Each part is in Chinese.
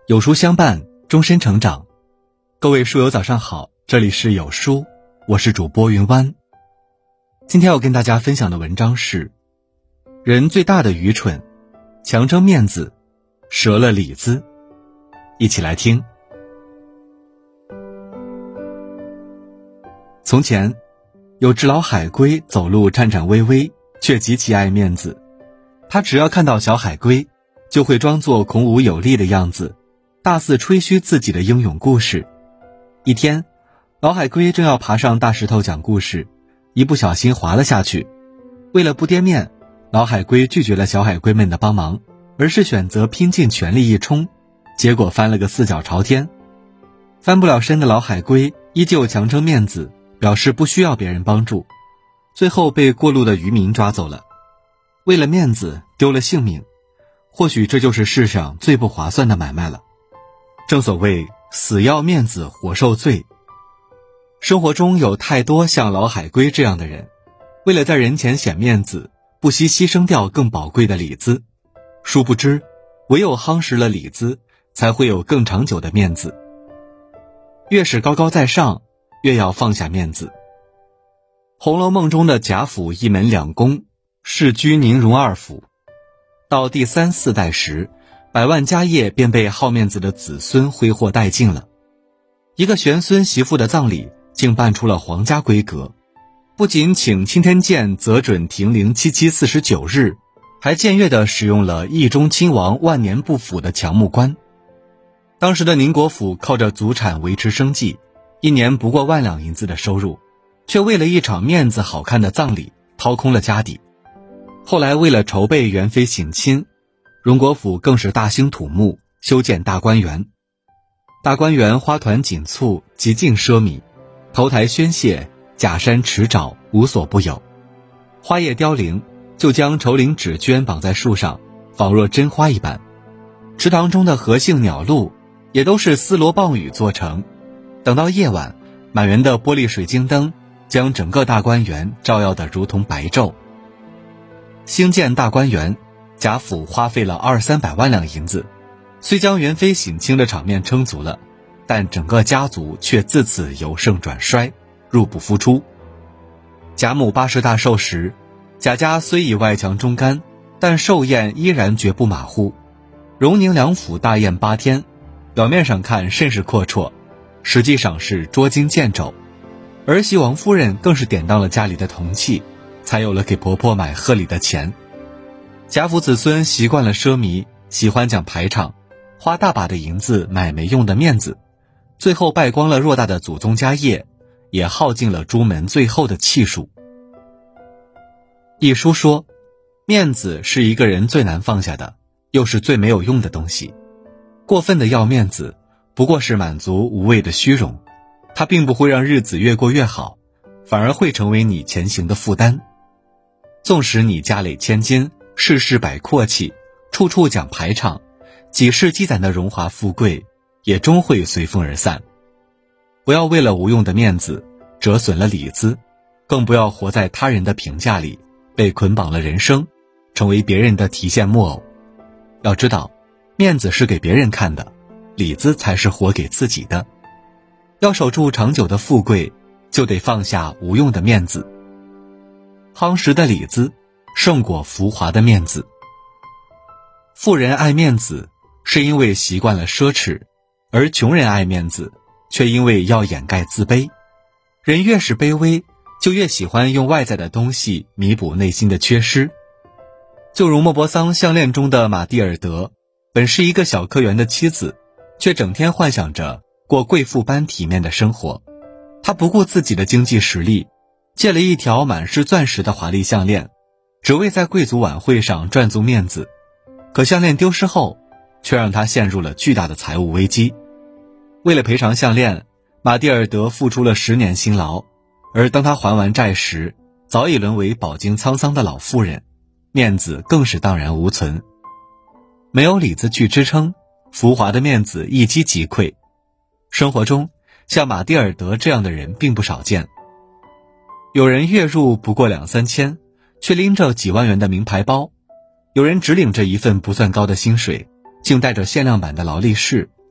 有书相伴，终身成长。各位书友早上好，这里是有书，我是主播云湾。今天要跟大家分享的文章是人最大的愚蠢，强争面子，折了里子。一起来听。从前有只老海龟，走路颤颤巍巍，却极其爱面子。他只要看到小海龟，就会装作孔武有力的样子，大肆吹嘘自己的英勇故事。一天，老海龟正要爬上大石头讲故事，一不小心滑了下去。为了不跌面，老海龟拒绝了小海龟们的帮忙，而是选择拼尽全力一冲，结果翻了个四脚朝天。翻不了身的老海龟依旧强撑面子，表示不需要别人帮助，最后被过路的渔民抓走了。为了面子丢了性命，或许这就是世上最不划算的买卖了。正所谓死要面子活受罪。生活中有太多像老海龟这样的人，为了在人前显面子，不惜牺牲掉更宝贵的里子。殊不知，唯有夯实了里子，才会有更长久的面子。越是高高在上，越要放下面子。《红楼梦》中的贾府一门两宫，世居宁荣二府。到第3、4代时，百万家业便被好面子的子孙挥霍殆尽了。一个玄孙媳妇的葬礼竟办出了皇家规格，不仅请钦天监择准停灵7749日，还僭越地使用了义中亲王万年不腐的强木棺。当时的宁国府靠着祖产维持生计，一年不过1万两银子的收入，却为了一场面子好看的葬礼掏空了家底。后来为了筹备元妃省亲，荣国府更是大兴土木，修建大观园。大观园花团锦簇，极尽奢靡，头台宣泄，假山池沼，无所不有。花叶凋零，就将绸绫纸绢绑在树上，仿若真花一般。池塘中的荷杏鸟鹿也都是丝罗棒羽做成。等到夜晚，满园的玻璃水晶灯将整个大观园照耀得如同白昼。兴建大观园，贾府花费了200-300万两银子，虽将元妃省亲的场面撑足了，但整个家族却自此由盛转衰，入不敷出。贾母80大寿时，贾家虽已外强中干，但寿宴依然绝不马虎。荣宁两府大宴8天，表面上看甚是阔绰，实际上是捉襟见肘。儿媳王夫人更是典当了家里的铜器，才有了给婆婆买贺礼的钱。贾府子孙习惯了奢靡，喜欢讲排场，花大把的银子买没用的面子，最后败光了偌大的祖宗家业，也耗尽了朱门最后的气数。一书说，面子是一个人最难放下的，又是最没有用的东西。过分的要面子，不过是满足无谓的虚荣，它并不会让日子越过越好，反而会成为你前行的负担。纵使你家累千金，事事摆阔气，处处讲排场，几世积攒的荣华富贵也终会随风而散。不要为了无用的面子折损了里子，更不要活在他人的评价里，被捆绑了人生，成为别人的提线木偶。要知道，面子是给别人看的，里子才是活给自己的。要守住长久的富贵，就得放下无用的面子。夯实的里子胜过浮华的面子。富人爱面子，是因为习惯了奢侈，而穷人爱面子，却因为要掩盖自卑。人越是卑微，就越喜欢用外在的东西弥补内心的缺失。就如莫泊桑项链中的玛蒂尔德，本是一个小科员的妻子，却整天幻想着过贵妇般体面的生活。她不顾自己的经济实力，借了一条满是钻石的华丽项链，只为在贵族晚会上赚足面子。可项链丢失后，却让她陷入了巨大的财务危机。为了赔偿项链，玛蒂尔德付出了10年辛劳，而当她还完债时，早已沦为饱经沧桑的老妇人，面子更是荡然无存。没有里子去支撑，浮华的面子一击即溃。生活中，像玛蒂尔德这样的人并不少见。有人月入不过2-3千，却拎着几万元的名牌包；有人只领着一份不算高的薪水，竟带着限量版的劳力士，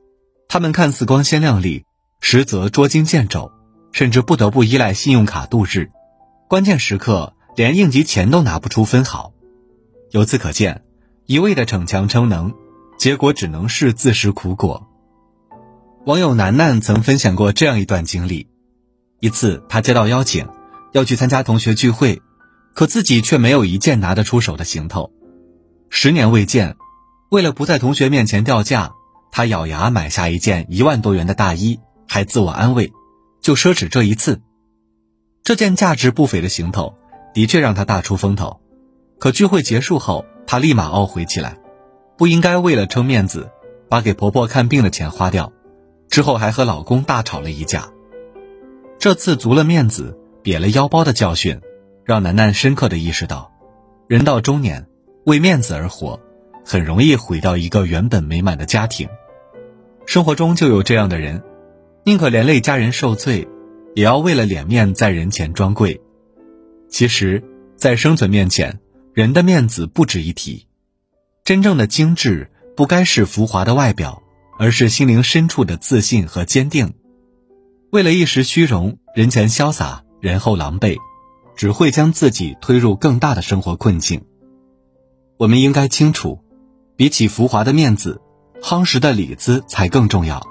他们看似光鲜亮丽，实则捉襟见肘，甚至不得不依赖信用卡度日，关键时刻连应急钱都拿不出分毫。由此可见，一味的逞强称能，结果只能是自食苦果。网友楠楠曾分享过这样一段经历。一次她接到邀请，要去参加同学聚会，可自己却没有一件拿得出手的行头。10年未见，为了不在同学面前掉价，她咬牙买下一件1万多元的大衣，还自我安慰，就奢侈这一次。这件价值不菲的行头的确让她大出风头，可聚会结束后，她立马懊悔起来，不应该为了撑面子把给婆婆看病的钱花掉，之后还和老公大吵了一架。这次足了面子瘪了腰包的教训，让楠楠深刻地意识到，人到中年为面子而活，很容易毁掉一个原本美满的家庭。生活中就有这样的人，宁可连累家人受罪，也要为了脸面在人前装贵。其实在生存面前，人的面子不值一提。真正的精致不该是浮华的外表，而是心灵深处的自信和坚定。为了一时虚荣，人前潇洒，人后狼狈，只会将自己推入更大的生活困境。我们应该清楚，比起浮华的面子，夯实的里子才更重要。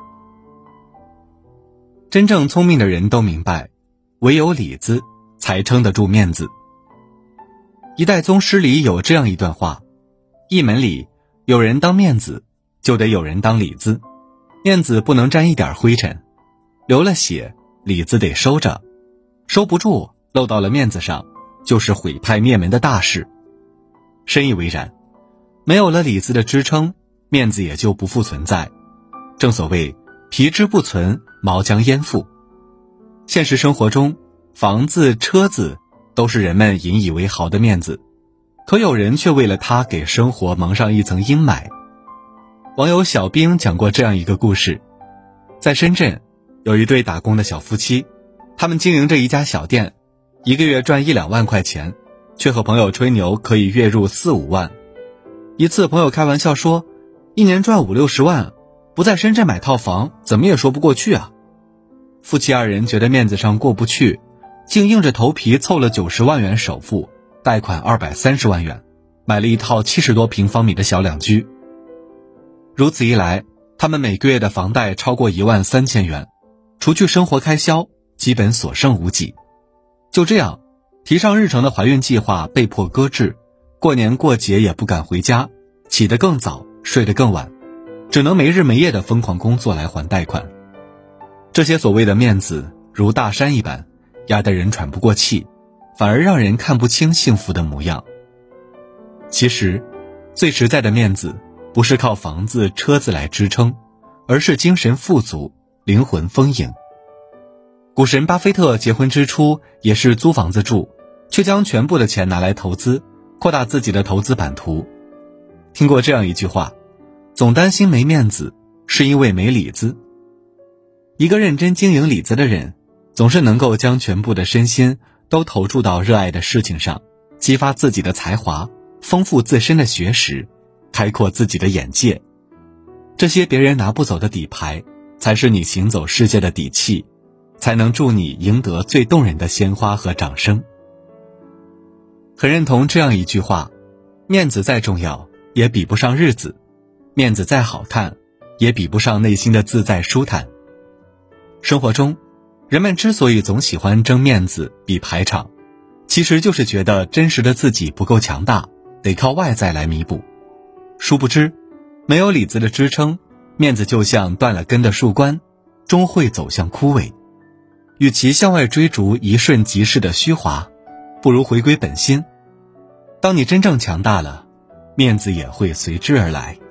真正聪明的人都明白，唯有里子才撑得住面子。一代宗师里有这样一段话，一门里有人当面子，就得有人当里子。面子不能沾一点灰尘，流了血，里子得收着，收不住，漏到了面子上，就是毁派灭门的大事。深以为然，没有了里子的支撑，面子也就不复存在。正所谓皮之不存，毛将焉附。现实生活中，房子、车子都是人们引以为豪的面子，可有人却为了它给生活蒙上一层阴霾。网友小兵讲过这样一个故事，在深圳有一对打工的小夫妻，他们经营着一家小店，一个月赚1-2万块钱，却和朋友吹牛可以月入4-5万。一次朋友开玩笑说，一年赚50-60万，不在深圳买套房怎么也说不过去啊。夫妻二人觉得面子上过不去，竟硬着头皮凑了90万元首付，贷款230万元，买了一套70多平方米的小两居。如此一来，他们每个月的房贷超过13000元，除去生活开销，基本所剩无几。就这样，提上日程的怀孕计划被迫搁置，过年过节也不敢回家，起得更早，睡得更晚，只能没日没夜的疯狂工作来还贷款。这些所谓的面子如大山一般，压得人喘不过气，反而让人看不清幸福的模样。其实最实在的面子不是靠房子车子来支撑，而是精神富足，灵魂丰盈。股神巴菲特结婚之初也是租房子住，却将全部的钱拿来投资，扩大自己的投资版图。听过这样一句话，总担心没面子，是因为没里子。一个认真经营里子的人，总是能够将全部的身心都投注到热爱的事情上，激发自己的才华，丰富自身的学识，开阔自己的眼界。这些别人拿不走的底牌，才是你行走世界的底气，才能助你赢得最动人的鲜花和掌声。很认同这样一句话，面子再重要，也比不上日子；面子再好看，也比不上内心的自在舒坦。生活中，人们之所以总喜欢争面子比排场，其实就是觉得真实的自己不够强大，得靠外在来弥补。殊不知，没有里子的支撑，面子就像断了根的树冠，终会走向枯萎。与其向外追逐一瞬即逝的虚华，不如回归本心。当你真正强大了，面子也会随之而来。